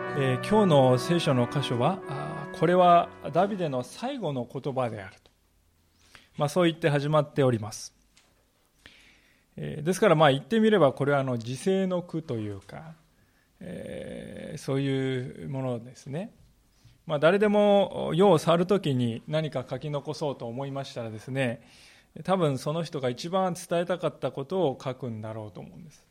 今日の聖書の箇所はこれはダビデの最後の言葉であると、そう言って始まっております。ですから言ってみればこれは自世の句というか、そういうものですね。誰でも世を去るときに何か書き残そうと思いましたらですね、多分その人が一番伝えたかったことを書くんだろうと思うんです。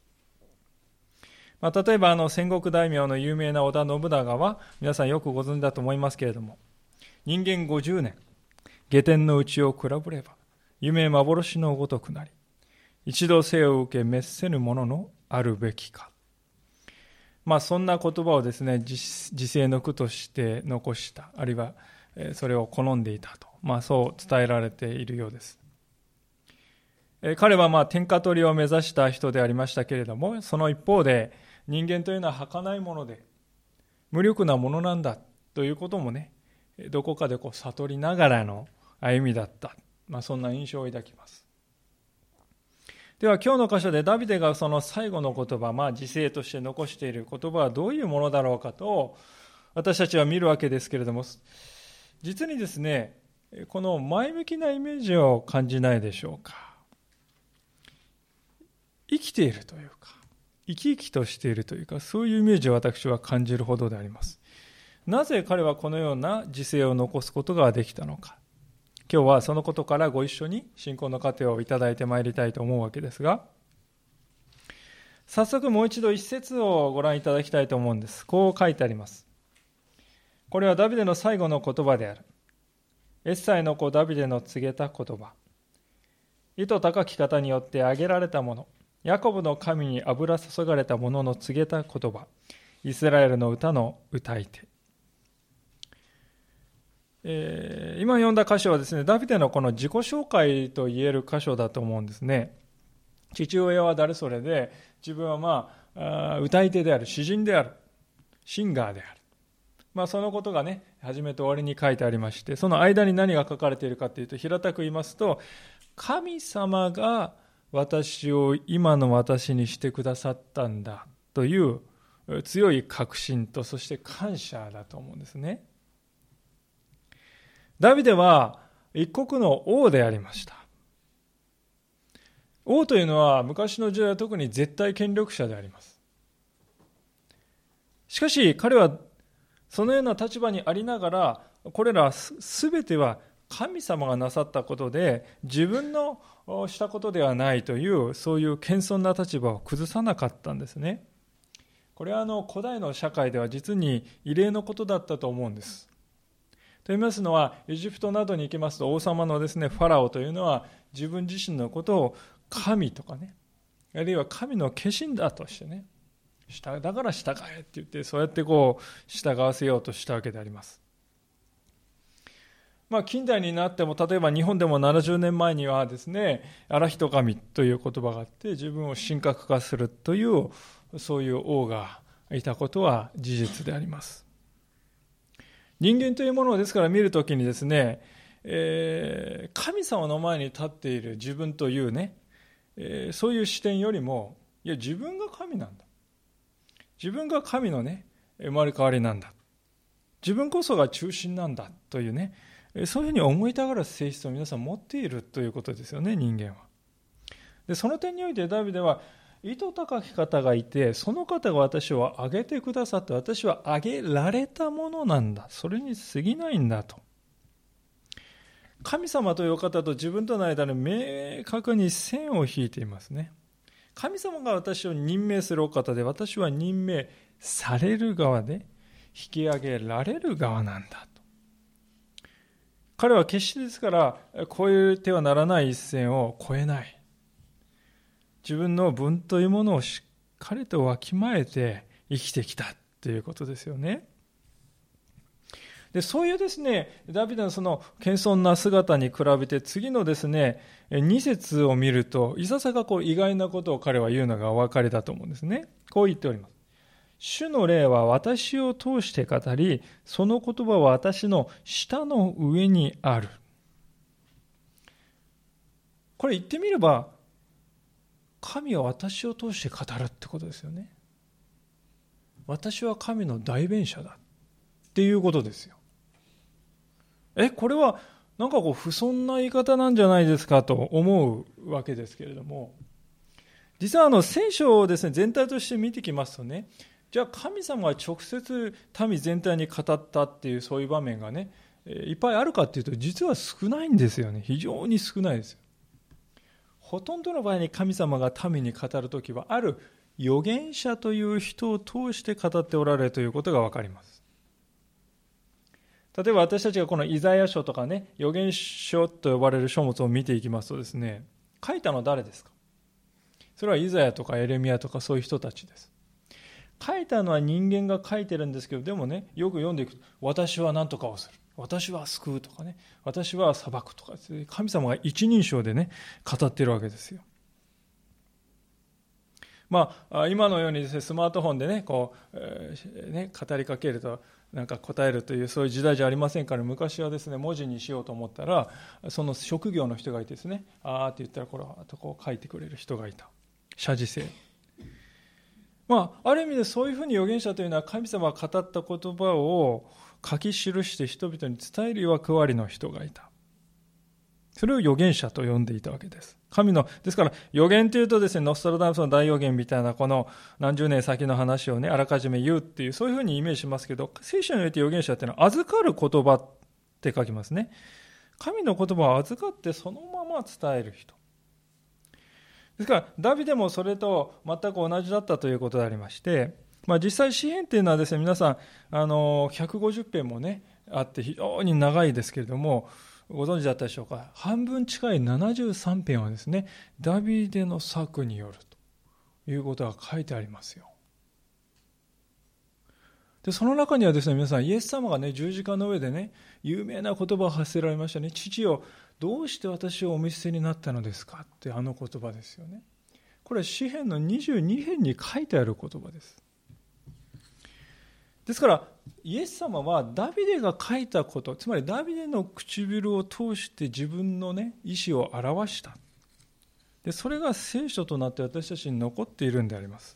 例えば戦国大名の有名な織田信長は皆さんよくご存知だと思いますけれども、人間50年下天の内を比べれば夢幻のごとくなり、一度生を受け滅せぬもののあるべきか。そんな言葉をですね、時世の句として残した、あるいはそれを好んでいたと、そう伝えられているようです。彼は天下取りを目指した人でありましたけれども、その一方で人間というのは儚いもので無力なものなんだということもね、どこかで悟りながらの歩みだった、そんな印象を抱きます。では今日の箇所でダビデがその最後の言葉、時世として残している言葉はどういうものだろうかと私たちは見るわけですけれども、実にですね、この前向きなイメージを感じないでしょうか。生きているというか、生き生きとしているというか、そういうイメージを私は感じるほどであります。なぜ彼はこのような時世を残すことができたのか。今日はそのことからご一緒に信仰の糧をいただいてまいりたいと思うわけですが、早速もう一度一節をご覧いただきたいと思うんです。こう書いてあります。これはダビデの最後の言葉である。エッサイの子ダビデの告げた言葉。意図高き方によって挙げられたもの、ヤコブの神に油注がれたものの告げた言葉、イスラエルの歌の歌い手。今読んだ箇所はですね、ダビデのこの自己紹介と言える箇所だと思うんですね。父親は誰それで、自分は歌い手である、詩人である、シンガーである。そのことがね、初めと終わりに書いてありまして、その間に何が書かれているかというと、平たく言いますと、神様が私を今の私にしてくださったんだという強い確信と、そして感謝だと思うんですね。ダビデは一国の王でありました。王というのは昔の時代は特に絶対権力者であります。しかし彼はそのような立場にありながら、これらすべては神様がなさったことで自分のしたことではないという、そういう謙遜な立場を崩さなかったんですね。これは古代の社会では実に異例のことだったと思うんです。と言いますのは、エジプトなどに行きますと、王様のですね、ファラオというのは自分自身のことを神とかね、あるいは神の化身だとしてね、だから従えって言って、そうやって従わせようとしたわけであります。近代になっても、例えば日本でも70年前にはですね、荒人神という言葉があって、自分を神格化するという、そういう王がいたことは事実であります。人間というものをですから見るときにですね、神様の前に立っている自分というね、そういう視点よりも、いや自分が神なんだ、自分が神のね生まれ変わりなんだ、自分こそが中心なんだというね、そういうふうに思いたがる性質を皆さん持っているということですよね、人間は。でその点においてダビデは、意図高き方がいて、その方が私を挙げてくださって、私は挙げられたものなんだ、それに過ぎないんだと。神様という方と自分との間に明確に線を引いていますね。神様が私を任命するお方で、私は任命される側で、引き上げられる側なんだと。彼は決してですから越えてはならない一線を越えない、自分の分というものをしっかりとわきまえて生きてきたということですよね。でそういうですね、ダビデのその謙遜な姿に比べて、次のですね2節を見ると、いささか意外なことを彼は言うのがお分かりだと思うんですね。こう言っております。主の霊は私を通して語り、その言葉は私の舌の上にある。これ言ってみれば、神は私を通して語るってことですよね。 私は神の代弁者だっていうことですよ。これはなんか不遜な言い方なんじゃないですかと思うわけですけれども、実は聖書をですね、全体として見てきますとね、じゃあ神様が直接民全体に語ったっていうそういう場面がね、いっぱいあるかっていうと実は少ないんですよね。非常に少ないですよ。ほとんどの場合に神様が民に語るときはある預言者という人を通して語っておられるということが分かります。例えば私たちがこのイザヤ書とかね、預言書と呼ばれる書物を見ていきますとですね、書いたのは誰ですか？それはイザヤとかエレミヤとかそういう人たちです。書いたのは人間が書いてるんですけど、でもね、よく読んでいくと、私は何とかをする、私は救うとかね、私は裁くとか、神様が一人称でね、語っているわけですよ。今のようにですね、スマートフォンでね、語りかけるとなんか答えるというそういう時代じゃありませんから、昔はですね、文字にしようと思ったら、その職業の人がいてですね、あーって言ったらこう書いてくれる人がいた。写字性。ある意味でそういうふうに預言者というのは神様が語った言葉を書き記して人々に伝える役割の人がいた。それを預言者と呼んでいたわけです。ですから預言というとですね、ノストラダムスの大預言みたいなこの何十年先の話をね、あらかじめ言うっていうそういうふうにイメージしますけど、聖書において預言者っていうのは預かる言葉って書きますね。神の言葉を預かってそのまま伝える人。ですからダビデもそれと全く同じだったということでありまして、実際詩編っていうのはですね、皆さん150編もねあって非常に長いですけれども、ご存知だったでしょうか。半分近い73編はですね、ダビデの作によるということが書いてありますよ。でその中にはですね、皆さんイエス様がね、十字架の上でね、有名な言葉を発せられましたね。父よ、どうして私をお見捨てになったのですかって言葉ですよね。これは詩編の22編に書いてある言葉です。ですからイエス様はダビデが書いたこと、つまりダビデの唇を通して自分のね、意思を表した。でそれが聖書となって私たちに残っているんであります。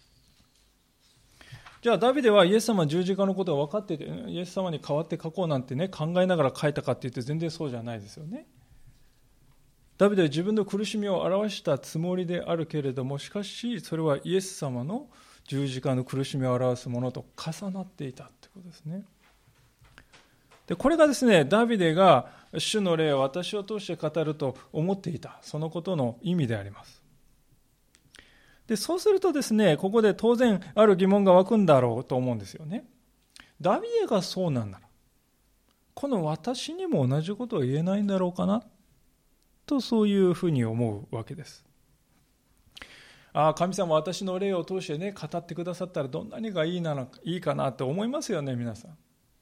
じゃあダビデはイエス様十字架のことが分かっていて、イエス様に代わって書こうなんてね、考えながら書いたかって言って全然そうじゃないですよね。ダビデは自分の苦しみを表したつもりであるけれども、しかしそれはイエス様の十字架の苦しみを表すものと重なっていたということですね。でこれがですね、ダビデが主の霊を私を通して語ると思っていた、そのことの意味であります。でそうするとですね、ここで当然ある疑問が湧くんだろうと思うんですよね。ダビデがそうなんなら、この私にも同じことを言えないんだろうかなと、そういうふうに思うわけです。神様は私の霊を通してね、語ってくださったらどんなにがいいかなと思いますよね、皆さん。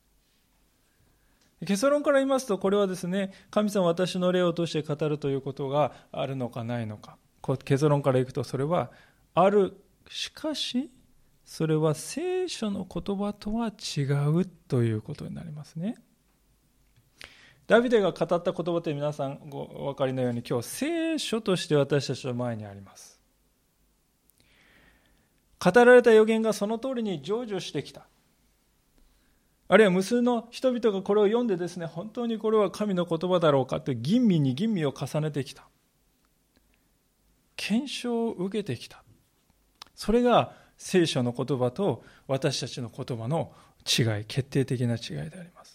結論から言いますと、これはですね、神様は私の霊を通して語るということがあるのかないのか。結論からいくと、それはある。しかし、それは聖書の言葉とは違うということになりますね。ダビデが語った言葉って皆さんお分かりのように、今日聖書として私たちの前にあります。語られた預言がその通りに成就してきた。あるいは無数の人々がこれを読んでですね、本当にこれは神の言葉だろうかと吟味に吟味を重ねてきた。検証を受けてきた。それが聖書の言葉と私たちの言葉の違い、決定的な違いであります。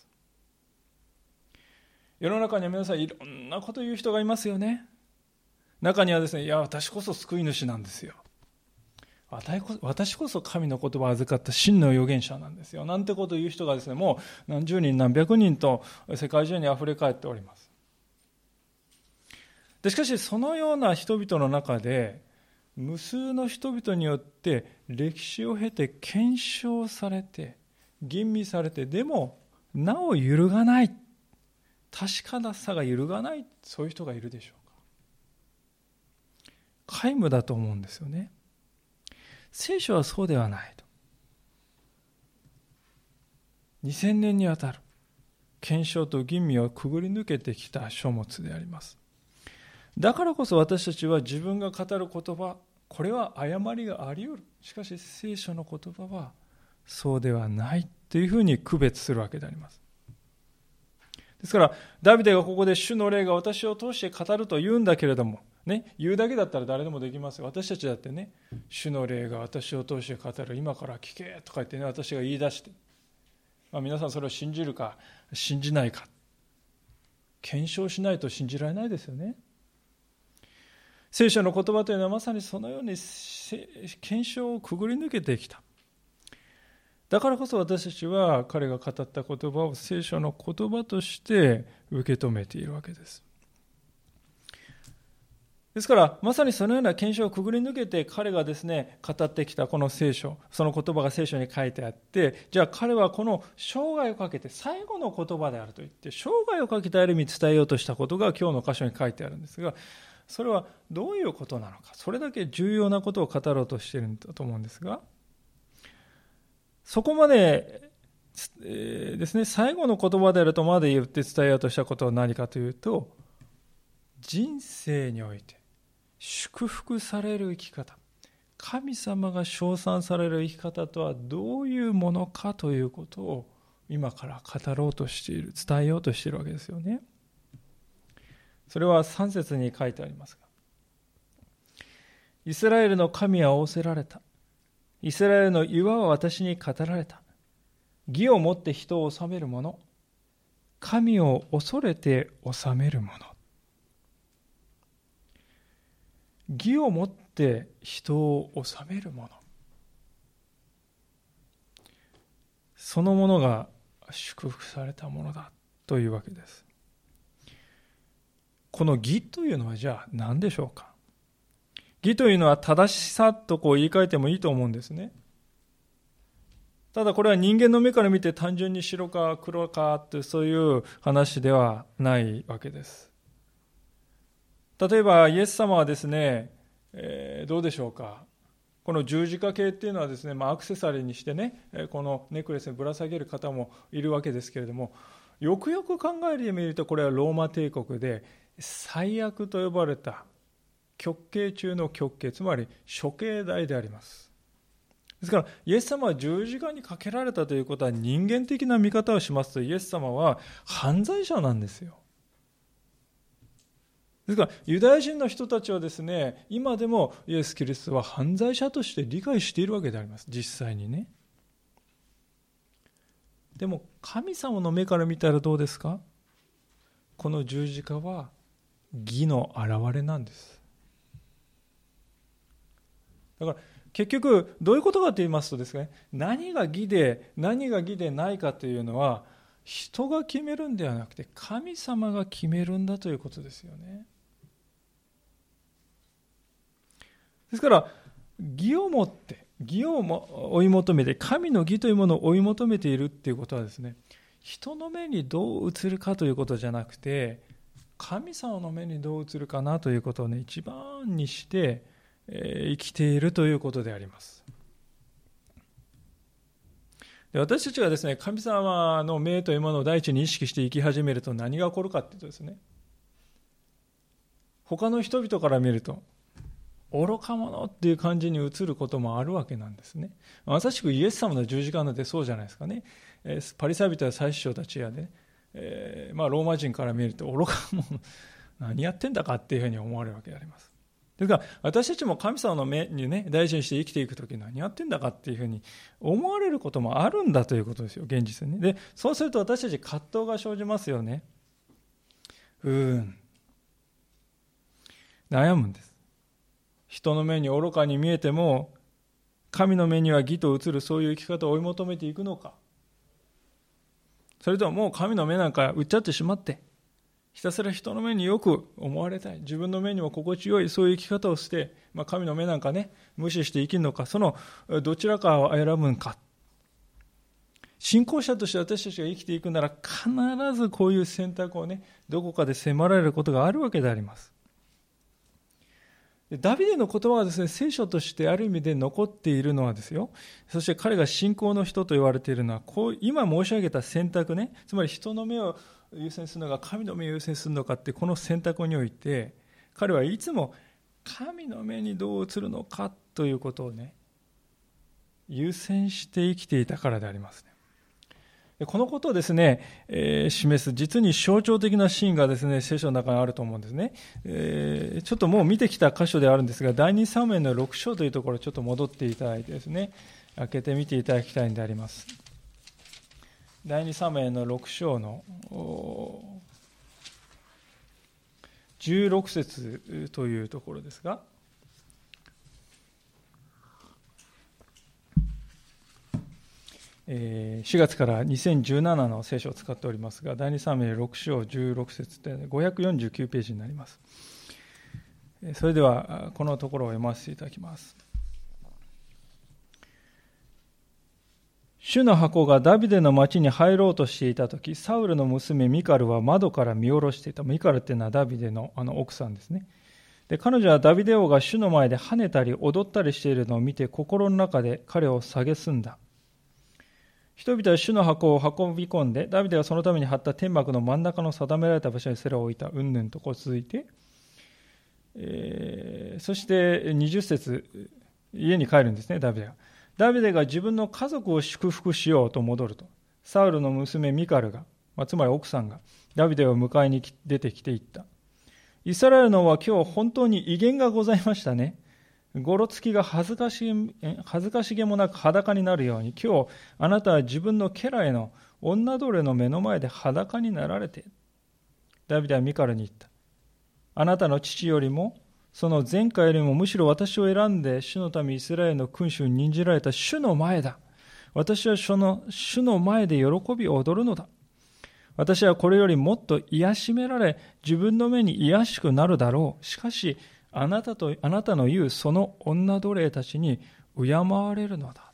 世の中には皆さんいろんなことを言う人がいますよね。中にはですね、いや私こそ救い主なんですよ、私こそ神の言葉を預かった真の預言者なんですよ、なんてことを言う人がですね、もう何十人何百人と世界中にあふれ返っております。でしかしそのような人々の中で、無数の人々によって歴史を経て検証されて吟味されて、でもなお揺るがない、確かなさが揺るがない、そういう人がいるでしょうか。皆無だと思うんですよね。聖書はそうではないと。2000年にわたる検証と吟味をくぐり抜けてきた書物であります。だからこそ私たちは自分が語る言葉、これは誤りがあり得る。しかし聖書の言葉はそうではないというふうに区別するわけであります。ですからダビデがここで主の霊が私を通して語ると言うんだけれどもね、言うだけだったら誰でもできますよ。私たちだってね、主の霊が私を通して語る、今から聞けとか言ってね、私が言い出して、皆さんそれを信じるか信じないか検証しないと信じられないですよね。聖書の言葉というのはまさにそのように検証をくぐり抜けてきた。だからこそ私たちは彼が語った言葉を聖書の言葉として受け止めているわけです。ですからまさにそのような検証をくぐり抜けて彼がですね語ってきたこの聖書、その言葉が聖書に書いてあって、じゃあ彼はこの生涯をかけて最後の言葉であると言って生涯をかけてある意味伝えようとしたことが今日の箇所に書いてあるんですが、それはどういうことなのか、それだけ重要なことを語ろうとしているんだと思うんですが、そこまでですね、最後の言葉であるとまで言って伝えようとしたことは何かというと、人生において祝福される生き方、神様が称賛される生き方とはどういうものかということを今から語ろうとしている、伝えようとしているわけですよね。それは3節に書いてありますが、イスラエルの神は仰せられた。イスラエルの岩は私に語られた。義をもって人を治める者、神を恐れて治める者。義をもって人を治める者、そのものが祝福されたものだというわけです。この義というのはじゃあ何でしょうか。義というのは正しさと言い換えてもいいと思うんですね。ただこれは人間の目から見て単純に白か黒かというそういう話ではないわけです。例えばイエス様はですね、どうでしょうか。この十字架形っていうのはですね、アクセサリーにしてね、このネックレスにぶら下げる方もいるわけですけれども、よくよく考えてみるとこれはローマ帝国で最悪と呼ばれた極刑中の極刑、つまり処刑台であります。ですからイエス様は十字架にかけられたということは、人間的な見方をしますとイエス様は犯罪者なんですよ。ですからユダヤ人の人たちはですね、今でもイエス・キリストは犯罪者として理解しているわけであります、実際にね。でも神様の目から見たらどうですか。この十字架は義の表れなんです。だから結局どういうことかと言いますとですね、何が義で何が義でないかというのは人が決めるんではなくて神様が決めるんだということですよね。ですから義をもって義を追い求めて、神の義というものを追い求めているということはですね、人の目にどう映るかということじゃなくて神様の目にどう映るかなということをね、一番にして生きているということであります。で、私たちがですね、神様の目というものを第一に意識して生き始めると何が起こるかというとですね、他の人々から見ると愚か者っていう感じに映ることもあるわけなんですね。まさしくイエス様の十字架なんてそうじゃないですかね。パリサイ人や祭司長たちやね、ローマ人から見ると愚か者何やってんだかっていうふうに思われるわけであります。ですから私たちも神様の目にね、大事にして生きていくとき何やってんだかっていうふうに思われることもあるんだということですよ、現実にね。で、そうすると私たち葛藤が生じますよね。悩むんです。人の目に愚かに見えても神の目には義と映る、そういう生き方を追い求めていくのか、それとももう神の目なんか売っちゃってしまってひたすら人の目によく思われたい、自分の目にも心地よいそういう生き方をして、神の目なんかね無視して生きるのか、そのどちらかを選ぶのか。信仰者として私たちが生きていくなら必ずこういう選択をね、どこかで迫られることがあるわけであります。ダビデの言葉はですね、聖書としてある意味で残っているのはですよ、そして彼が信仰の人と言われているのは今申し上げた選択ね、つまり人の目を優先するのか神の目を優先するのかって、この選択において彼はいつも神の目にどう映るのかということをね、 優先して生きていたからでありますね。このことをですね、示す実に象徴的なシーンがですね、聖書の中にあると思うんですね。ちょっともう見てきた箇所であるんですが、第2サムエルの6章というところちょっと戻っていただいてですね、開けてみていただきたいんであります。第2サムエルの6章の16節というところですが、4月から2017の聖書を使っておりますが、第2サムエル6章16節で549ページになります。それではこのところを読ませていただきます。主の箱がダビデの町に入ろうとしていたとき、サウルの娘ミカルは窓から見下ろしていた。ミカルっていうのはダビデの奥さんですね。で、彼女はダビデ王が主の前で跳ねたり踊ったりしているのを見て、心の中で彼を蔑んだ。人々は主の箱を運び込んで、ダビデはそのために張った天幕の真ん中の定められた場所にそれを置いた。うんぬんとこう続いて、そして20節、家に帰るんですね、ダビデが。ダビデが自分の家族を祝福しようと戻ると、サウルの娘ミカルが、つまり奥さんがダビデを迎えに出てきていった。イスラエルの王は今日本当に威厳がございましたね。ごろつきが恥ずかしげもなく裸になるように、今日あなたは自分の家来の女奴隷の目の前で裸になられて。ダビデはミカルに言った。あなたの父よりもその前回よりもむしろ私を選んで主のためイスラエルの君主に任じられた主の前だ。私はその主の前で喜び踊るのだ。私はこれよりもっと癒しめられ、自分の目に癒しくなるだろう。しかしあなたの言うその女奴隷たちに敬われるのだ。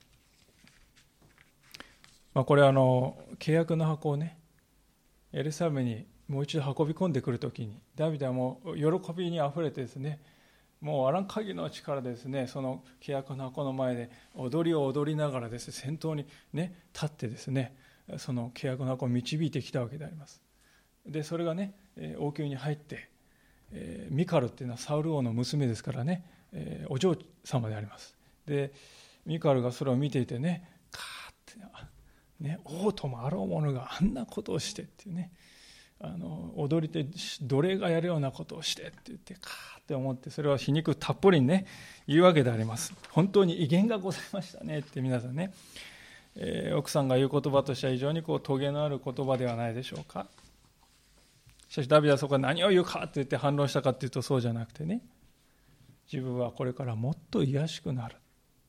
これ契約の箱をね、エルサレムにもう一度運び込んでくるときに、ダビデはもう喜びにあふれてですね、もうあらん限りの力でですね、その契約の箱の前で踊りを踊りながらですね、先頭にね立ってですね、その契約の箱を導いてきたわけであります。でそれがね、王宮に入って、ミカルっていうのはサウル王の娘ですからね、お嬢様であります。でミカルがそれを見ていてね、カーってね、王ともあろう者があんなことをしてっていうね、踊り手奴隷がやるようなことをしてって言ってカーって思って、それを皮肉たっぷりにね言うわけであります。本当に威厳がございましたねって皆さんね、奥さんが言う言葉としては非常にトゲのある言葉ではないでしょうか。しかしダビデはそこで何を言うかって言って反論したかっていうと、そうじゃなくてね、自分はこれからもっと癒しくなる。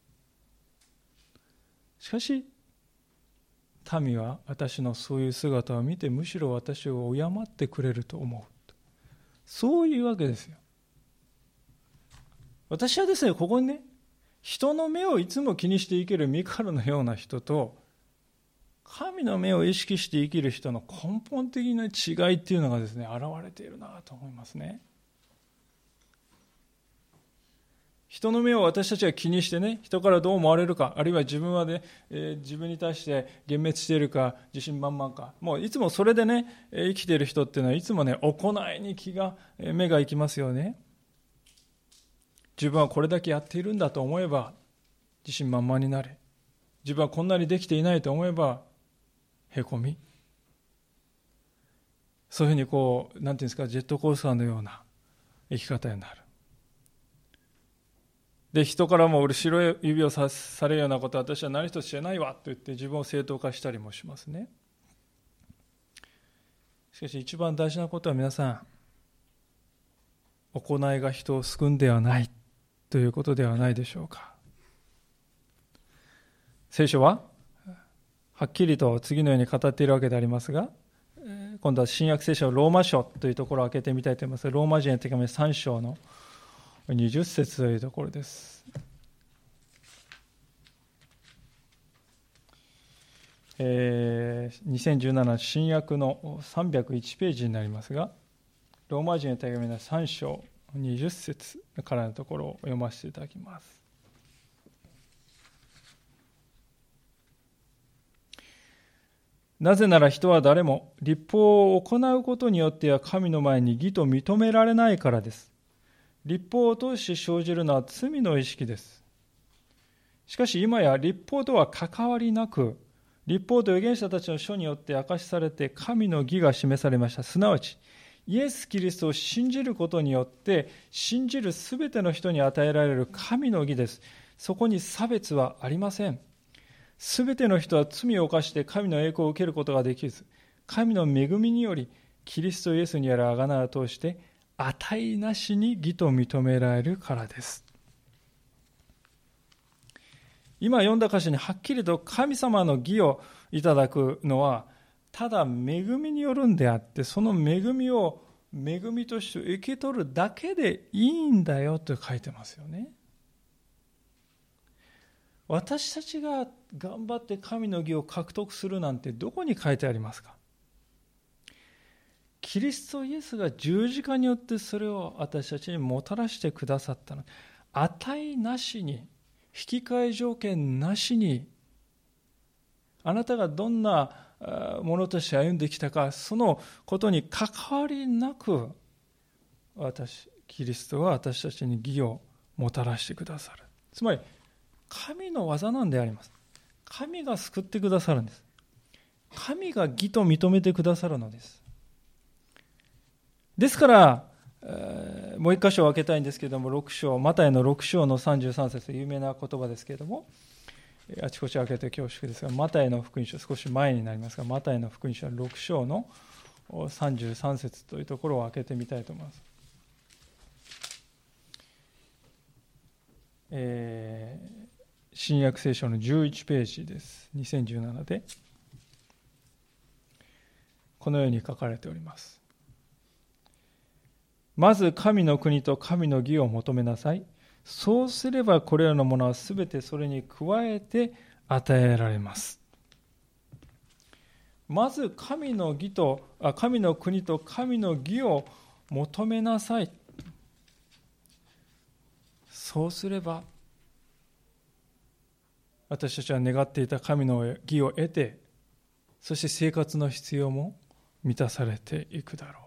しかし民は私のそういう姿を見てむしろ私を敬ってくれると思う。そういうわけですよ。私はですね、ここにね、人の目をいつも気にして生きるミカルのような人と、神の目を意識して生きる人の根本的な違いっていうのがですね、現れているなと思いますね。人の目を私たちが気にしてね、人からどう思われるか、あるいは自分はね、自分に対して幻滅しているか、自信満々か、もういつもそれでね、生きている人っていうのはいつもね、行いに目が行きますよね。自分はこれだけやっているんだと思えば自信満々になれ、自分はこんなにできていないと思えばへこみ、そういうふうになんていうんですか、ジェットコースターのような生き方になる。で、人からも後ろ指をされるようなことは私は何一つしてないわと言って自分を正当化したりもしますね。しかし一番大事なことは皆さん、行いが人を救うんではないということではないでしょうか。聖書ははっきりと次のように語っているわけでありますが、今度は新約聖書ローマ書というところを開けてみたいと思います。ローマ人への手紙3章の20節というところです。2017新約の301ページになりますが、ローマ人への手紙の3章20節からのところを読ませていただきます。なぜなら人は誰も律法を行うことによっては神の前に義と認められないからです。律法を通して生じるのは罪の意識です。 しかし今や律法とは関わりなく、律法と預言者たちの書によって明かしされて神の義が示されました。すなわち、イエス・キリストを信じることによって、信じるすべての人に与えられる神の義です。そこに差別はありません。すべての人は罪を犯して神の栄光を受けることができず、神の恵みにより、キリストイエスにある贖いを通して、値なしに義と認められるからです。今読んだ歌詞にはっきりと神様の義をいただくのは、ただ恵みによるんであって、その恵みを恵みとして受け取るだけでいいんだよと書いてますよね。私たちが頑張って神の義を獲得するなんてどこに書いてありますか？キリストイエスが十字架によってそれを私たちにもたらしてくださったの。値なしに、引き換え条件なしに、あなたがどんなものとして歩んできたか、そのことに関わりなく、キリストは私たちに義をもたらしてくださる。つまり、神の技なんであります。神が救ってくださるんです。神が義と認めてくださるのです。ですから、もう一箇所を開けたいんですけれども、マタイの6章の33節、有名な言葉ですけれども、あちこち開けて恐縮ですが、マタイの福音書、少し前になりますが、マタイの福音書6章の33節というところを開けてみたいと思います。新約聖書の11ページです。2017で。このように書かれております。まず神の国と神の義を求めなさい。そうすればこれらのものはすべてそれに加えて与えられます。まず神の国と神の義を求めなさい。そうすれば私たちは願っていた神の義を得て、そして生活の必要も満たされていくだろう。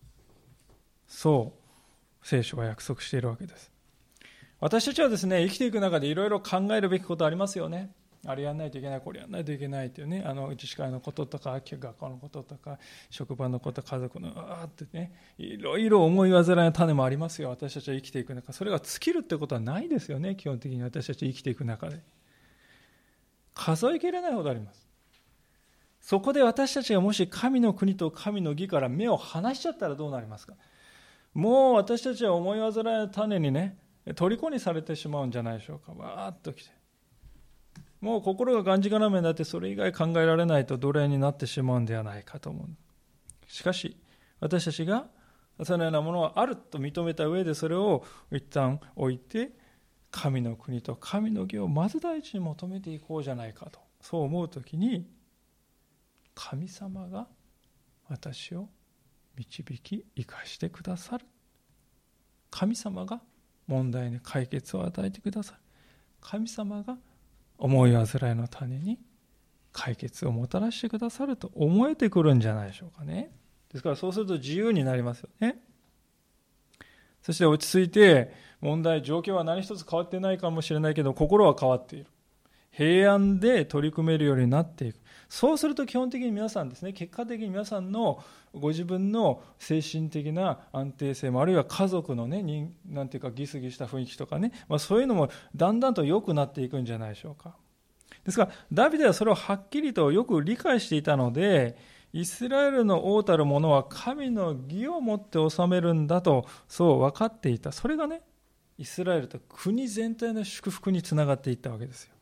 そう聖書は約束しているわけです。私たちはですね、生きていく中でいろいろ考えるべきことありますよね。あれやんないといけない、これやんないといけないというね、自治会のこととか、学校のこととか、職場のこと、家族のってね、いろいろ思い煩いの種もありますよ。私たちは生きていく中、それが尽きるってことはないですよね。基本的に私たち生きていく中で数えきれないほどあります。そこで私たちがもし神の国と神の義から目を離しちゃったらどうなりますか？もう私たちは思い煩いの種にね、虜にされてしまうんじゃないでしょうか。わーっと来て、もう心ががんじがらめになって、それ以外考えられないと奴隷になってしまうんではないかと思う。しかし私たちがそのようなものはあると認めた上で、それを一旦置いて、神の国と神の義をまず第一に求めていこうじゃないかと、そう思うときに、神様が私を導き生かしてくださる。神様が問題に解決を与えてくださる。神様が思い煩いの種に解決をもたらしてくださると思えてくるんじゃないでしょうかね。ですからそうすると自由になりますよね。そして落ち着いて、状況は何一つ変わってないかもしれないけど、心は変わっている。平安で取り組めるようになっていく。そうすると基本的に皆さんですね、結果的に皆さんのご自分の精神的な安定性も、あるいは家族のね、なんていうかギスギスした雰囲気とかね、そういうのもだんだんと良くなっていくんじゃないでしょうか。ですからダビデはそれをはっきりとよく理解していたので、イスラエルの王たる者は神の義をもって治めるんだと、そう分かっていた。それがね、イスラエルと国全体の祝福につながっていったわけですよ。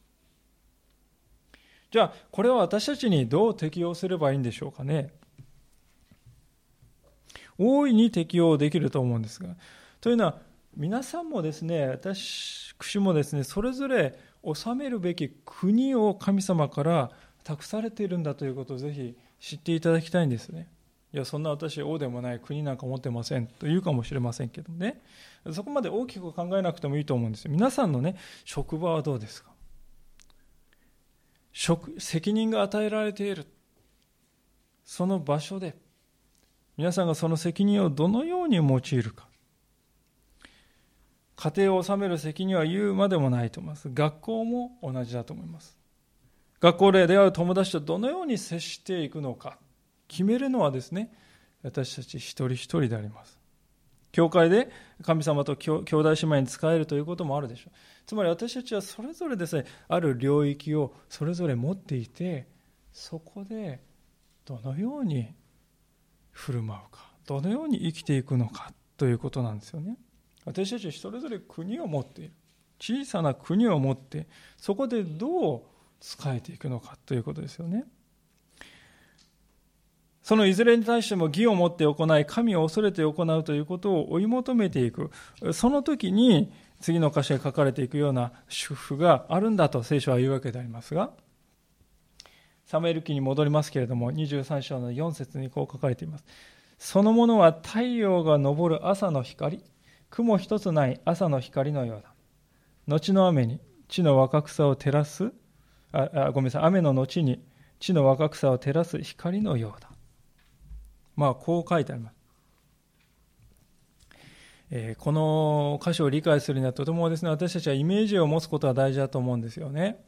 じゃあこれは私たちにどう適用すればいいんでしょうかね。大いに適用できると思うんですが、というのは皆さんもですね、私もですね、それぞれ治めるべき国を神様から託されているんだということをぜひ知っていただきたいんですね。いや、そんな私王でもない、国なんか持ってませんと言うかもしれませんけどね、そこまで大きく考えなくてもいいと思うんですよ。皆さんのね、職場はどうですか？責任が与えられているその場所で、皆さんがその責任をどのように用いるか。 家庭を治める責任は言うまでもないと思います。学校も同じだと思います。学校で出会う友達とどのように接していくのか決めるのはですね、私たち一人一人であります。教会で神様と兄弟姉妹に仕えるということもあるでしょう。つまり私たちはそれぞれですね、ある領域をそれぞれ持っていて、そこでどのように振る舞うか、どのように生きていくのかということなんですよね。私たちそれぞれ国を持っている。小さな国を持って、そこでどう仕えていくのかということですよね。そのいずれに対しても義を持って行い、神を恐れて行うということを追い求めていく。その時に次の箇所に書かれていくような祝福があるんだと聖書は言うわけでありますが、サムエル記に戻りますけれども、23章の4節にこう書かれています。そのものは太陽が昇る朝の光、雲一つない朝の光のようだ。後の雨に地の若草を照らす、雨の後に地の若草を照らす光のようだ。こう書いてあります。この箇所を理解するにはとてもですね、私たちはイメージを持つことは大事だと思うんですよね。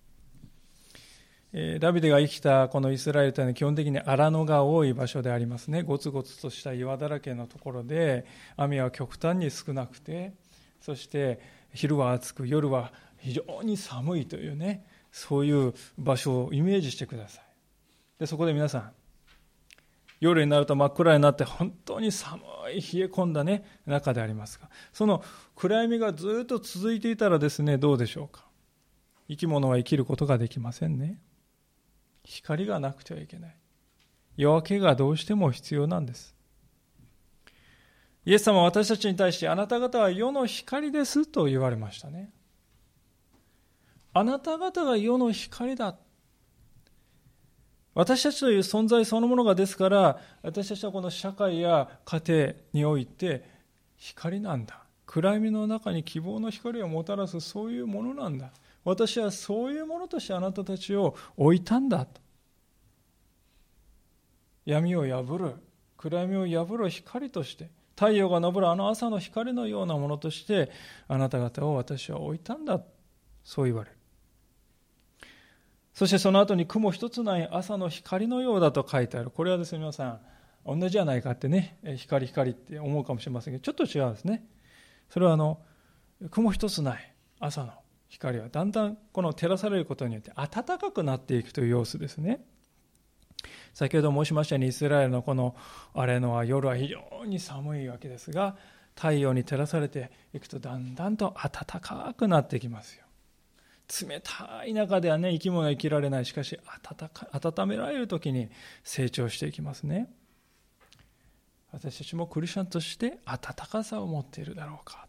ダビデが生きたこのイスラエルというのは基本的に荒野が多い場所でありますね。ゴツゴツとした岩だらけのところで、雨は極端に少なくて、そして昼は暑く夜は非常に寒いというね、そういう場所をイメージしてください。でそこで皆さん、夜になると真っ暗になって本当に寒い冷え込んだね中でありますが、その暗闇がずっと続いていたらですね、どうでしょうか。生き物は生きることができませんね。光がなくてはいけない。夜明けがどうしても必要なんです。イエス様は私たちに対して、あなた方は世の光ですと言われましたね。あなた方が世の光だ。私たちという存在そのものがですから、私たちはこの社会や家庭において光なんだ。暗闇の中に希望の光をもたらす、そういうものなんだ。私はそういうものとしてあなたたちを置いたんだと。闇を破る、暗闇を破る光として、太陽が昇るあの朝の光のようなものとしてあなた方を私は置いたんだ、そう言われる。そしてその後に雲一つない朝の光のようだと書いてある。これはですね、皆さん同じじゃないかってね、光って思うかもしれませんけど、ちょっと違うんですね。それは雲一つない朝の光はだんだんこの照らされることによって暖かくなっていくという様子ですね。先ほど申しましたように、イスラエルのこの荒れ野は夜は非常に寒いわけですが、太陽に照らされていくとだんだんと暖かくなってきますよ。冷たい中ではね、生き物は生きられない。しかし温められるときに成長していきますね。私たちもクリスチャンとして温かさを持っているだろうか。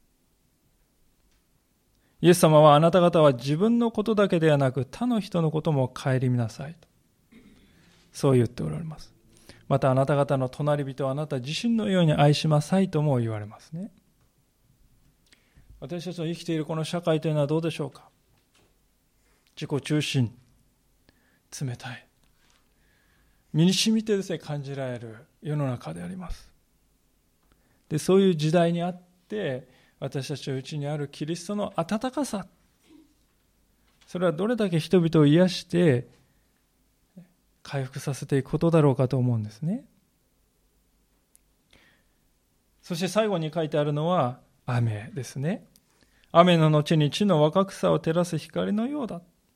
イエス様は、あなた方は自分のことだけではなく他の人のことも顧みなさいと、そう言っておられます。またあなた方の隣人をあなた自身のように愛しなさいとも言われますね。私たちの生きているこの社会というのはどうでしょうか。自己中心、冷たい、身に染みてですね、感じられる世の中であります。で、そういう時代にあって、私たちのうちにあるキリストの温かさ、それはどれだけ人々を癒して回復させていくことだろうかと思うんですね。そして最後に書いてあるのは雨ですね。雨の後に地の若草を照らす光のようだ。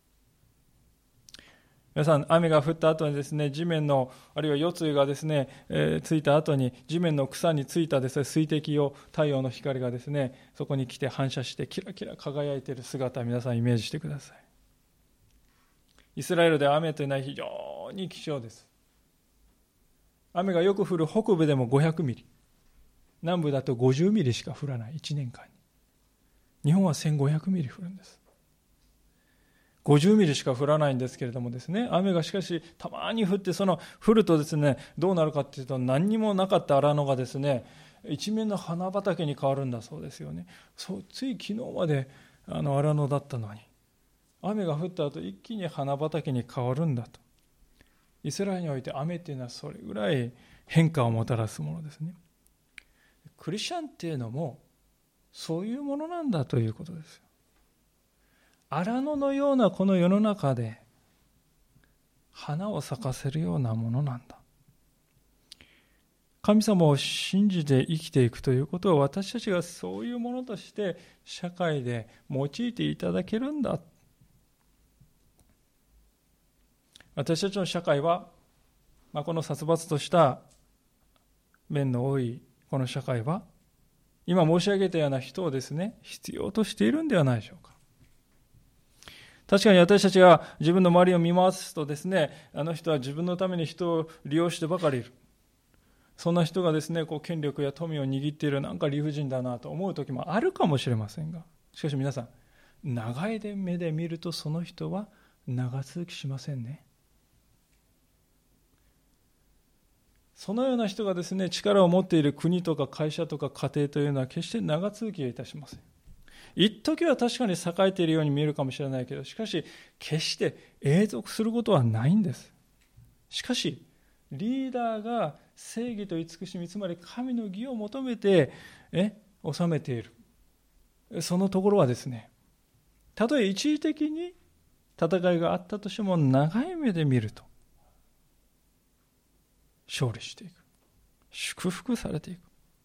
皆さん、雨が降った後にですね、地面のあるいは夜露がですね、ついた後に地面の草についたですね、水滴を太陽の光がですね、そこに来て反射してキラキラ輝いている姿を皆さんイメージしてください。イスラエルで雨というのは非常に希少です。雨がよく降る北部でも500ミリ、南部だと50ミリしか降らない、1年間に。日本は1500ミリ降るんです。50ミリしか降らないんですけれどもですね、雨がしかしたまに降って、その降るとですね、どうなるかというと、何にもなかった荒野がですね、一面の花畑に変わるんだそうですよね。つい昨日まで荒野だったのに、雨が降った後一気に花畑に変わるんだと。イスラエルにおいて雨というのはそれぐらい変化をもたらすものですね。クリスチャンっていうのもそういうものなんだということですよ。荒野のようなこの世の中で花を咲かせるようなものなんだ。神様を信じて生きていくということは、私たちがそういうものとして社会で用いていただけるんだ。私たちの社会は、この殺伐とした面の多いこの社会は、今申し上げたような人をですね、必要としているんではないでしょうか。確かに私たちが自分の周りを見回すとですね、あの人は自分のために人を利用してばかりいる。そんな人がですね、権力や富を握っている、なんか理不尽だなと思う時もあるかもしれませんが、しかし皆さん、長い目で見るとその人は長続きしませんね。そのような人がですね、力を持っている国とか会社とか家庭というのは決して長続きはいたしません。一時は確かに栄えているように見えるかもしれないけど、しかし決して永続することはないんです。しかしリーダーが正義と慈しみ、つまり神の義を求めて治めている、そのところはですね、たとえ一時的に戦いがあったとしても、長い目で見ると勝利していく、祝福されていく。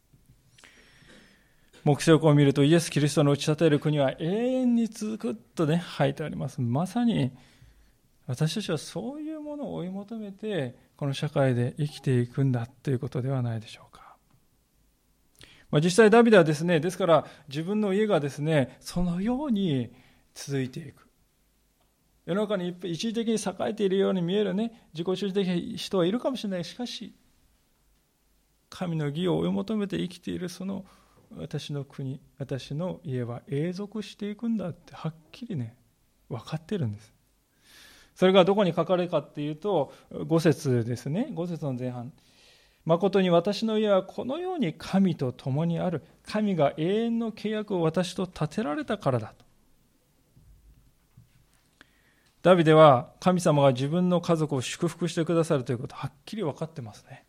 黙示録を見ると、イエス・キリストの打ち立てる国は永遠に続くと書いてあります。まさに私たちはそういうものを追い求めてこの社会で生きていくんだということではないでしょうか。実際ダビデはですね、ですから自分の家がですね、そのように続いていく。世の中に一時的に栄えているように見える自己中心的な人はいるかもしれない。しかし神の義を追い求めて生きているその私の国、私の家は永続していくんだってはっきり分かっているんです。それがどこに書かれるかっていうと、5節ですね。5節の前半。誠に私の家はこのように神と共にある。神が永遠の契約を私と立てられたからだと。ダビデは神様が自分の家族を祝福してくださるということをはっきり分かってますね。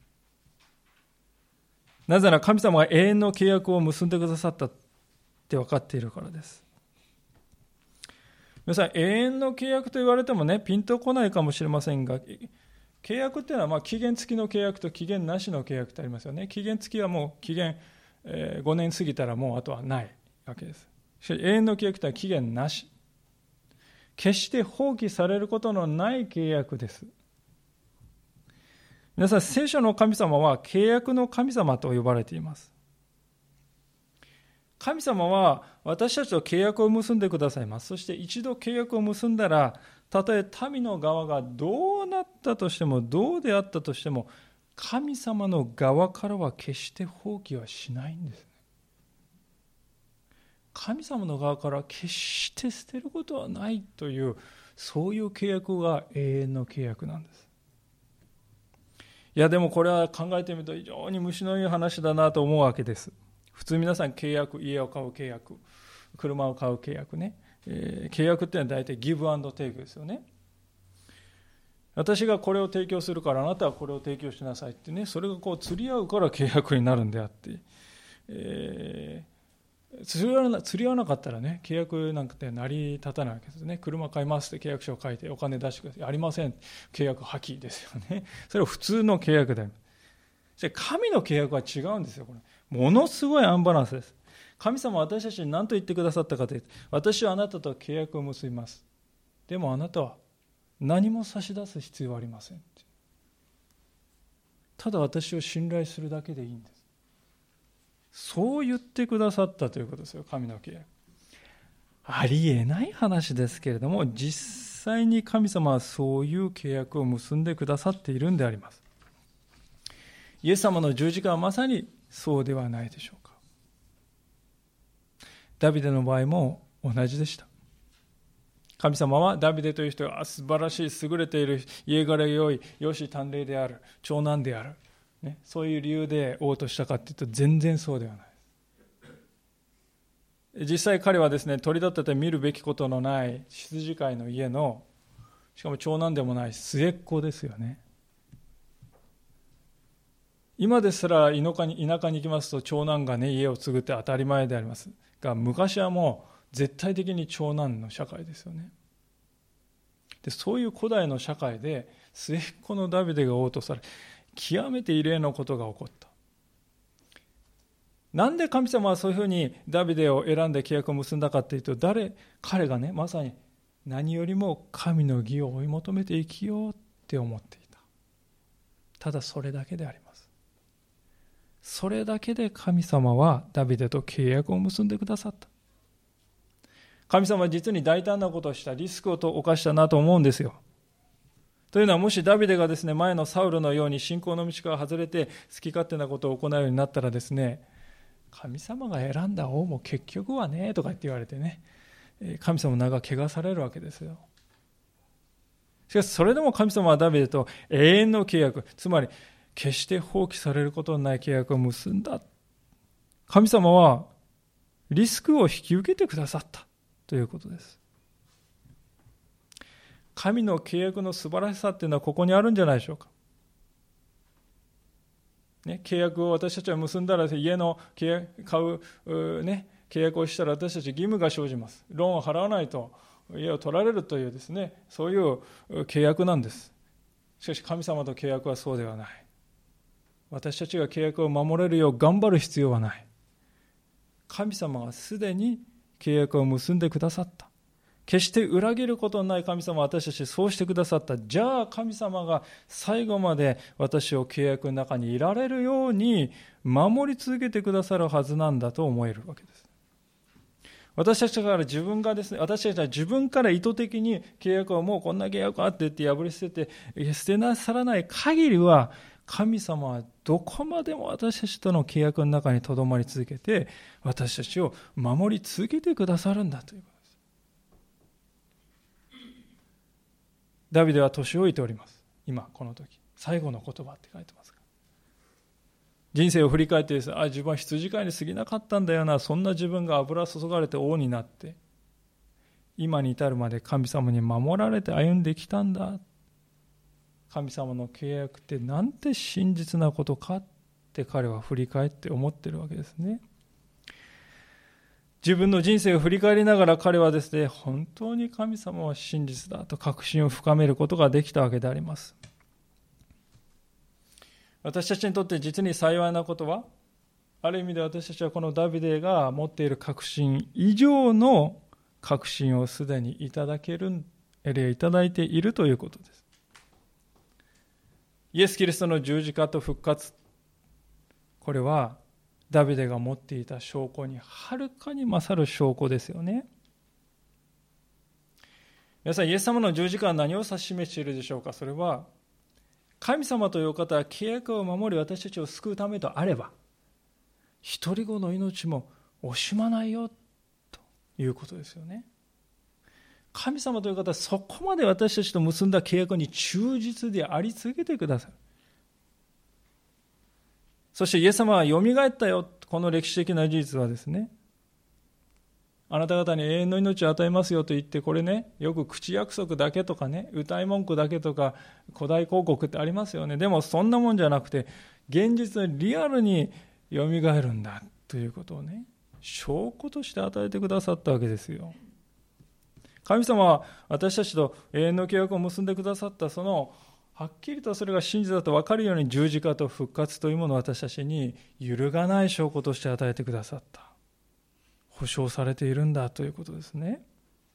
なぜなら神様が永遠の契約を結んでくださったって分かっているからです。皆さん、永遠の契約と言われてもピンとこないかもしれませんが、契約っていうのは期限付きの契約と期限なしの契約ってありますよね。期限付きはもう期限、5年過ぎたらもうあとはないわけです。しかし永遠の契約とは期限なし。決して放棄されることのない契約です。皆さん、聖書の神様は契約の神様と呼ばれています。神様は私たちと契約を結んでくださいます。そして一度契約を結んだら、たとえ民の側がどうなったとしても、どうであったとしても、神様の側からは決して放棄はしないんです。神様の側から決して捨てることはないという、そういう契約が永遠の契約なんです。いやでもこれは考えてみると非常に虫のいい話だなと思うわけです。普通皆さん契約、家を買う契約、車を買う契約契約っていうのは大体ギブアンドテイクですよね。私がこれを提供するからあなたはこれを提供しなさいってそれが釣り合うから契約になるんであって、釣り合わなかったら契約なんて成り立たないわけですね。車買いますって契約書を書いてお金出してください。ありません。契約破棄ですよね。それは普通の契約である。神の契約は違うんですよ。これものすごいアンバランスです。神様は私たちに何と言ってくださったかというと、私はあなたと契約を結びます。でもあなたは何も差し出す必要はありません。ただ私を信頼するだけでいいんです。そう言ってくださったということですよ、神の契約。ありえない話ですけれども、実際に神様はそういう契約を結んでくださっているんであります。イエス様の十字架はまさにそうではないでしょうか。ダビデの場合も同じでした。神様はダビデという人が素晴らしい、優れている、家柄が良い、容姿端麗である、長男である、そういう理由で王としたかというと全然そうではないです。実際彼はですね、取り立てて見るべきことのない羊飼いの家の、しかも長男でもない末っ子ですよね。今ですら田舎に行きますと長男が家を継ぐって当たり前であります。 が昔はもう絶対的に長男の社会ですよね。でそういう古代の社会で末っ子のダビデが王とされ、極めて異例のことが起こった。なんで神様はそういうふうにダビデを選んで契約を結んだかというと、彼がね、まさに何よりも神の義を追い求めて生きようって思っていた。ただそれだけであります。それだけで神様はダビデと契約を結んでくださった。神様は実に大胆なことをした、リスクを犯したなと思うんですよ。というのは、もしダビデがですね、前のサウルのように信仰の道から外れて好き勝手なことを行うようになったらですね、神様が選んだ王も結局はねとかって言われてね、神様の名が汚されるわけですよ。しかしそれでも神様はダビデと永遠の契約、つまり決して放棄されることのない契約を結んだ。神様はリスクを引き受けてくださったということです。神の契約の素晴らしさっていうのはここにあるんじゃないでしょうか。ね、契約を私たちは結んだら、家の契約をしたら私たち義務が生じます。ローンを払わないと家を取られるというですね、そういう契約なんです。しかし神様と契約はそうではない。私たちが契約を守れるよう頑張る必要はない。神様はすでに契約を結んでくださった。決して裏切ることのない神様は私たちそうしてくださった。じゃあ神様が最後まで私を契約の中にいられるように守り続けてくださるはずなんだと思えるわけです。私たちは自分から意図的に契約をもうこんな契約あって言って破り捨てて捨てなさらない限りは、神様はどこまでも私たちとの契約の中にとどまり続けて、私たちを守り続けてくださるんだということです。ダビデは年老いております。今この時最後の言葉って書いてますから、人生を振り返ってですね、自分は羊飼いに過ぎなかったんだよな、そんな自分が油注がれて王になって今に至るまで神様に守られて歩んできたんだ。神様の契約ってなんて真実なことかって彼は振り返って思ってるわけですね。自分の人生を振り返りながら彼はですね、本当に神様は真実だと確信を深めることができたわけであります。私たちにとって実に幸いなことは、ある意味で私たちはこのダビデが持っている確信以上の確信をすでにいただいているということです。イエス・キリストの十字架と復活、これはダビデが持っていた証拠にはるかに勝る証拠ですよね。皆さん、イエス様の十字架は何を指し示しているでしょうか。それは神様というお方は契約を守り私たちを救うためとあれば、一人子の命も惜しまないよということですよね。神様という方はそこまで私たちと結んだ契約に忠実であり続けてくださる。そしてイエス様はよみがえったよ。この歴史的な事実はですね、あなた方に永遠の命を与えますよと言って、これね、よく口約束だけとかね、歌い文句だけとか古代広告ってありますよね。でもそんなもんじゃなくて、現実にリアルによみがえるんだということをね、証拠として与えてくださったわけですよ。神様は私たちと永遠の契約を結んでくださった、そのはっきりとそれが真実だと分かるように十字架と復活というものを私たちに揺るがない証拠として与えてくださった。保証されているんだということですね。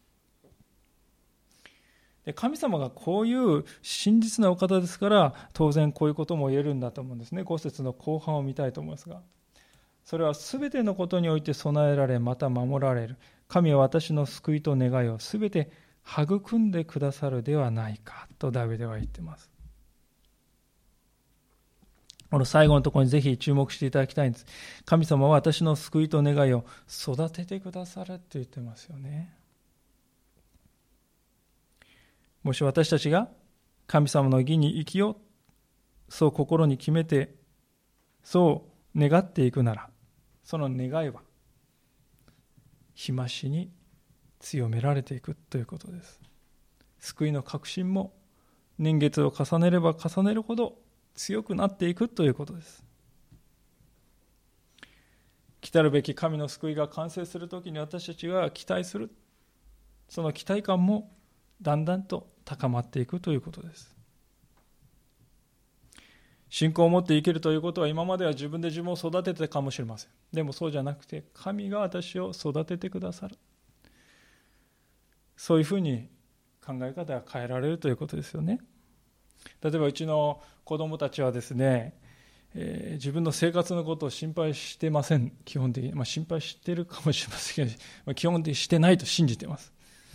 で、神様がこういう真実なお方ですから、当然こういうことも言えるんだと思うんですね。5節の後半を見たいと思いますが、それはすべてのことにおいて備えられ、また守られる。神は私の救いと願いをすべて育んでくださるではないかとダビデは言っています。この最後のところにぜひ注目していただきたいんです。神様は私の救いと願いを育ててくださるって言ってますよね。もし私たちが神様の義に生きよう、そう心に決めて、そう願っていくなら、その願いは日増しに強められていくということです。救いの確信も年月を重ねれば重ねるほど強くなっていくということです。 来たるべき神の救いが完成するときに私たちが期待する、その期待感もだんだんと高まっていくということです。信仰を持って生きるということは、今までは自分で自分を育ててたかもしれません。でもそうじゃなくて、神が私を育ててくださる。そういうふうに考え方が変えられるということですよね。例えばうちの子供たちはですね、自分の生活のことを心配してません。基本的に、心配してるかもしれませんけど、基本的にしてないと信じてます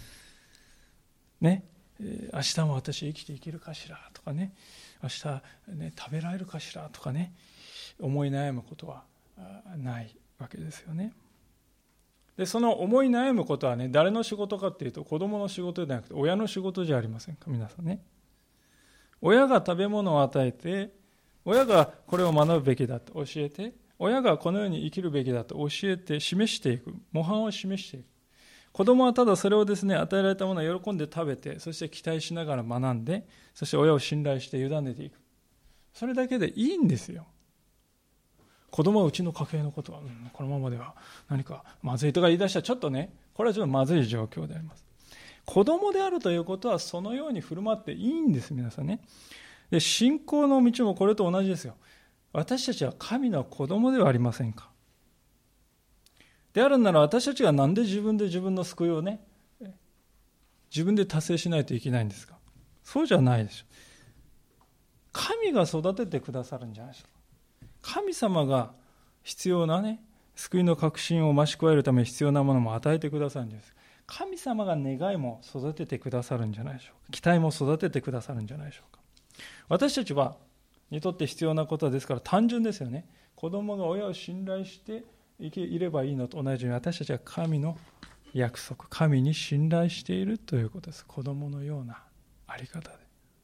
ね。明日も私生きていけるかしらとかね、明日、ね、食べられるかしらとかね、思い悩むことはないわけですよね。でその思い悩むことはね、誰の仕事かっていうと、子供の仕事ではなくて親の仕事じゃありませんか、皆さんね。親が食べ物を与えて、親がこれを学ぶべきだと教えて、親がこのように生きるべきだと教えて示していく、模範を示していく。子供はただそれをですね、与えられたものを喜んで食べて、そして期待しながら学んで、そして親を信頼して委ねていく。それだけでいいんですよ。子供はうちの家系のことは、このままでは何かまずいとか言い出したらちょっとね、これはちょっとまずい状況であります。子供であるということはそのように振る舞っていいんです、皆さんね。で、信仰の道もこれと同じですよ。私たちは神の子供ではありませんか。であるなら私たちがなんで自分で自分の救いをね、自分で達成しないといけないんですか。そうじゃないでしょ。神が育ててくださるんじゃないでしょうか。神様が必要なね、救いの確信を増し加えるために必要なものも与えてくださるんです。神様が願いも育ててくださるんじゃないでしょうか。期待も育ててくださるんじゃないでしょうか。私たちにとって必要なことですから単純ですよね。子供が親を信頼していればいいのと同じように、私たちは神の約束、神に信頼しているということです。子供のようなあり方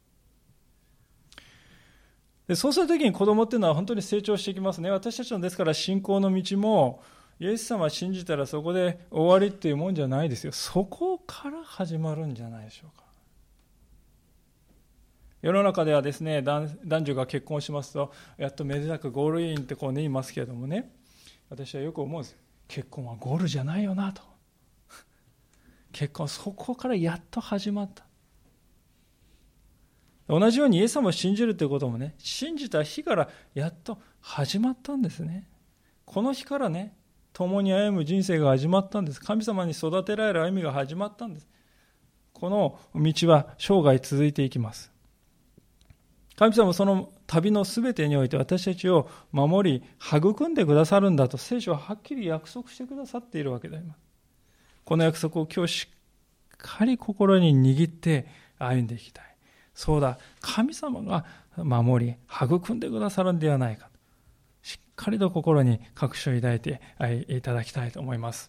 で。そうするときに子供っていうのは本当に成長していきますね。私たちのですから信仰の道も、イエス様を信じたらそこで終わりっていうもんじゃないですよ。そこから始まるんじゃないでしょうか。世の中ではですね、男女が結婚しますと、やっとめでたくゴールインってこうね言いますけれどもね、私はよく思うんです。結婚はゴールじゃないよなと。結婚はそこからやっと始まった。同じようにイエス様を信じるということもね、信じた日からやっと始まったんですね。この日からね、共に歩む人生が始まったんです。神様に育てられる歩みが始まったんです。この道は生涯続いていきます。神様はその旅のすべてにおいて私たちを守り育んでくださるんだと聖書ははっきり約束してくださっているわけであります。この約束を今日しっかり心に握って歩んでいきたい。そうだ、神様が守り育んでくださるんではないか、しっかりと心に確信を抱いていただきたいと思います。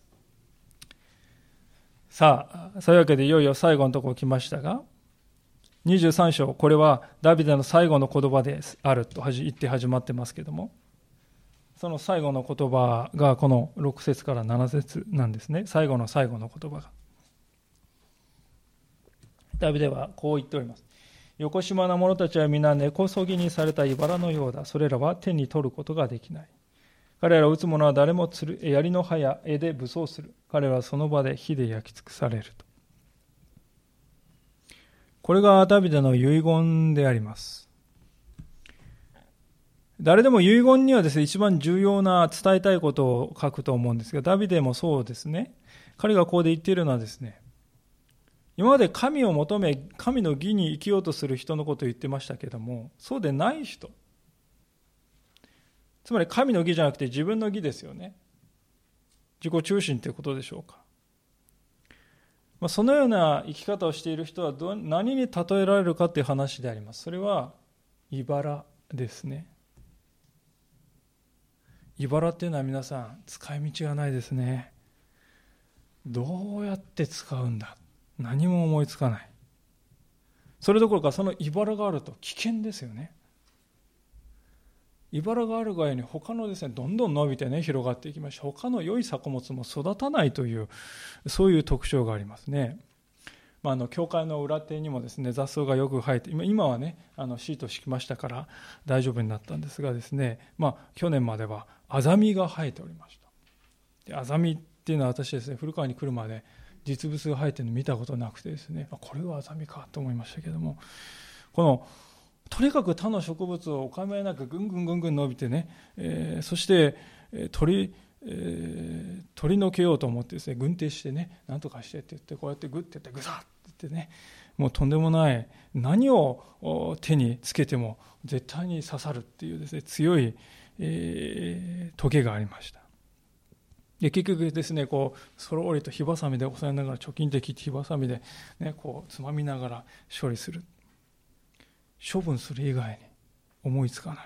さあ、そういうわけでいよいよ最後のところ来ましたが、23章、これはダビデの最後の言葉であると言って始まってますけども、その最後の言葉がこの6節から7節なんですね。最後の最後の言葉が。ダビデはこう言っております。よこしまな者たちは皆根こそぎにされた茨のようだ。それらは手に取ることができない。彼らを撃つ者は誰も槍の刃や柄で武装する。彼らはその場で火で焼き尽くされると。これがダビデの遺言であります。誰でも遺言にはですね、一番重要な伝えたいことを書くと思うんですが、ダビデもそうですね。彼がここで言っているのはですね、今まで神を求め、神の義に生きようとする人のことを言ってましたけども、そうでない人。つまり神の義じゃなくて自分の義ですよね。自己中心ということでしょうか。そのような生き方をしている人は何に例えられるかという話であります。それは茨ですね。茨っていうのは皆さん使い道がないですね。どうやって使うんだ、何も思いつかない。それどころかその茨があると危険ですよね。茨があるがゆえに他のですね、どんどん伸びてね、広がっていきました。他の良い作物も育たないという、そういう特徴がありますね。教会の裏手にもですね、雑草がよく生えて、今はね、シート敷きましたから大丈夫になったんですがですね、去年まではアザミが生えておりました。 でアザミっていうのは私ですね、古川に来るまで実物が生えてるの見たことなくてですね、これはアザミかと思いましたけども、とにかく他の植物をお構いなくぐんぐん伸びてね、そして取り除けようと思ってですね、軍手してね、なんとかしてって言って、こうやってグッてやってグサッって言ってね、もうとんでもない、何を手につけても絶対に刺さるっていうですね、強い、トゲがありました。で結局ですね、そろりと火ばさみで押さえながら、貯金的火ばさみでね、つまみながら処理する。処分する以外に思いつかない。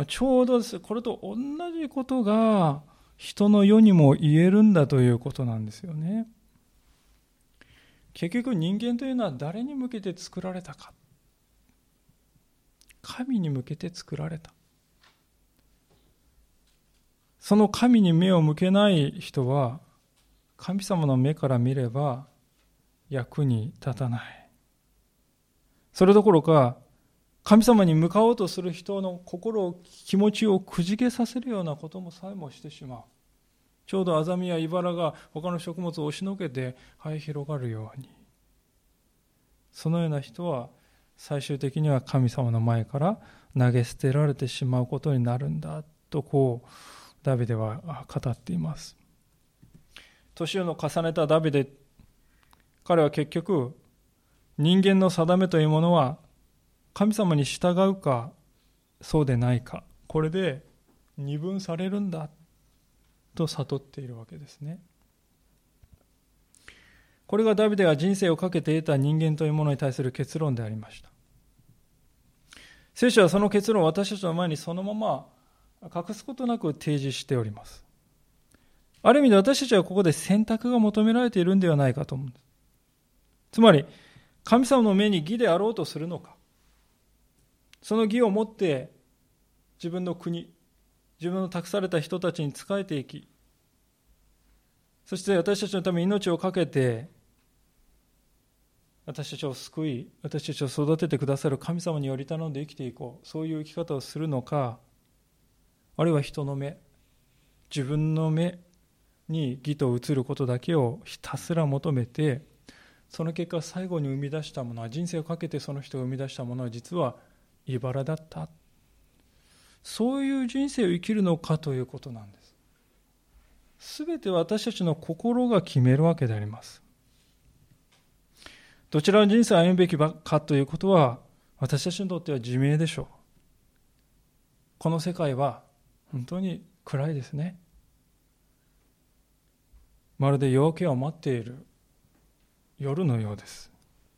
ちょうどですね、これと同じことが人の世にも言えるんだということなんですよね。結局人間というのは誰に向けて作られたか。神に向けて作られた。その神に目を向けない人は、神様の目から見れば役に立たない。それどころか、神様に向かおうとする人の心、気持ちをくじけさせるようなこともさえもしてしまう。ちょうどアザミやイバラが他の食物を押しのけて生え広がるように。そのような人は最終的には神様の前から投げ捨てられてしまうことになるんだとダビデは語っています。年を重ねたダビデ、彼は結局人間の定めというものは神様に従うかそうでないか、これで二分されるんだと悟っているわけですね。これがダビデが人生をかけて得た人間というものに対する結論でありました。聖書はその結論を私たちの前にそのまま隠すことなく提示しております。ある意味で私たちはここで選択が求められているんではないかと思うんです。つまり神様の目に義であろうとするのか、その義をもって自分の国、自分の託された人たちに仕えていき、そして私たちのために命を懸けて私たちを救い、私たちを育ててくださる神様により頼んで生きていこう、そういう生き方をするのか、あるいは人の目、自分の目に義と映ることだけをひたすら求めて、その結果最後に生み出したものは、人生をかけてその人が生み出したものは実は茨だった、そういう人生を生きるのかということなんです。すべて私たちの心が決めるわけであります。どちらの人生を歩むべきかということは、私たちにとっては自明でしょう。この世界は本当に暗いですね。まるで夜明けを待っている夜のようです。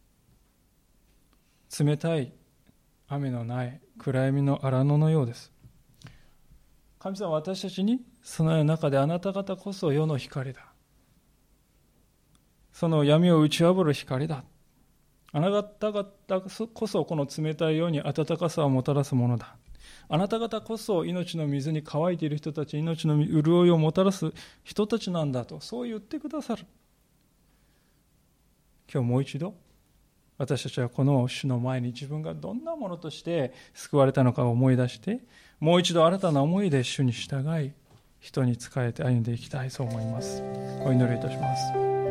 冷たい雨のない暗闇の荒野のようです。神様は私たちにそのような中で、あなた方こそ世の光だ、その闇を打ち破る光だ、あなた方こそこの冷たい世に暖かさをもたらすものだ、あなた方こそ命の水に乾いている人たち、命の潤いをもたらす人たちなんだと、そう言ってくださる。今日もう一度私たちはこの主の前に自分がどんなものとして救われたのかを思い出して、もう一度新たな思いで主に従い、人に仕えて歩んでいきたい、そう思います。お祈りいたします。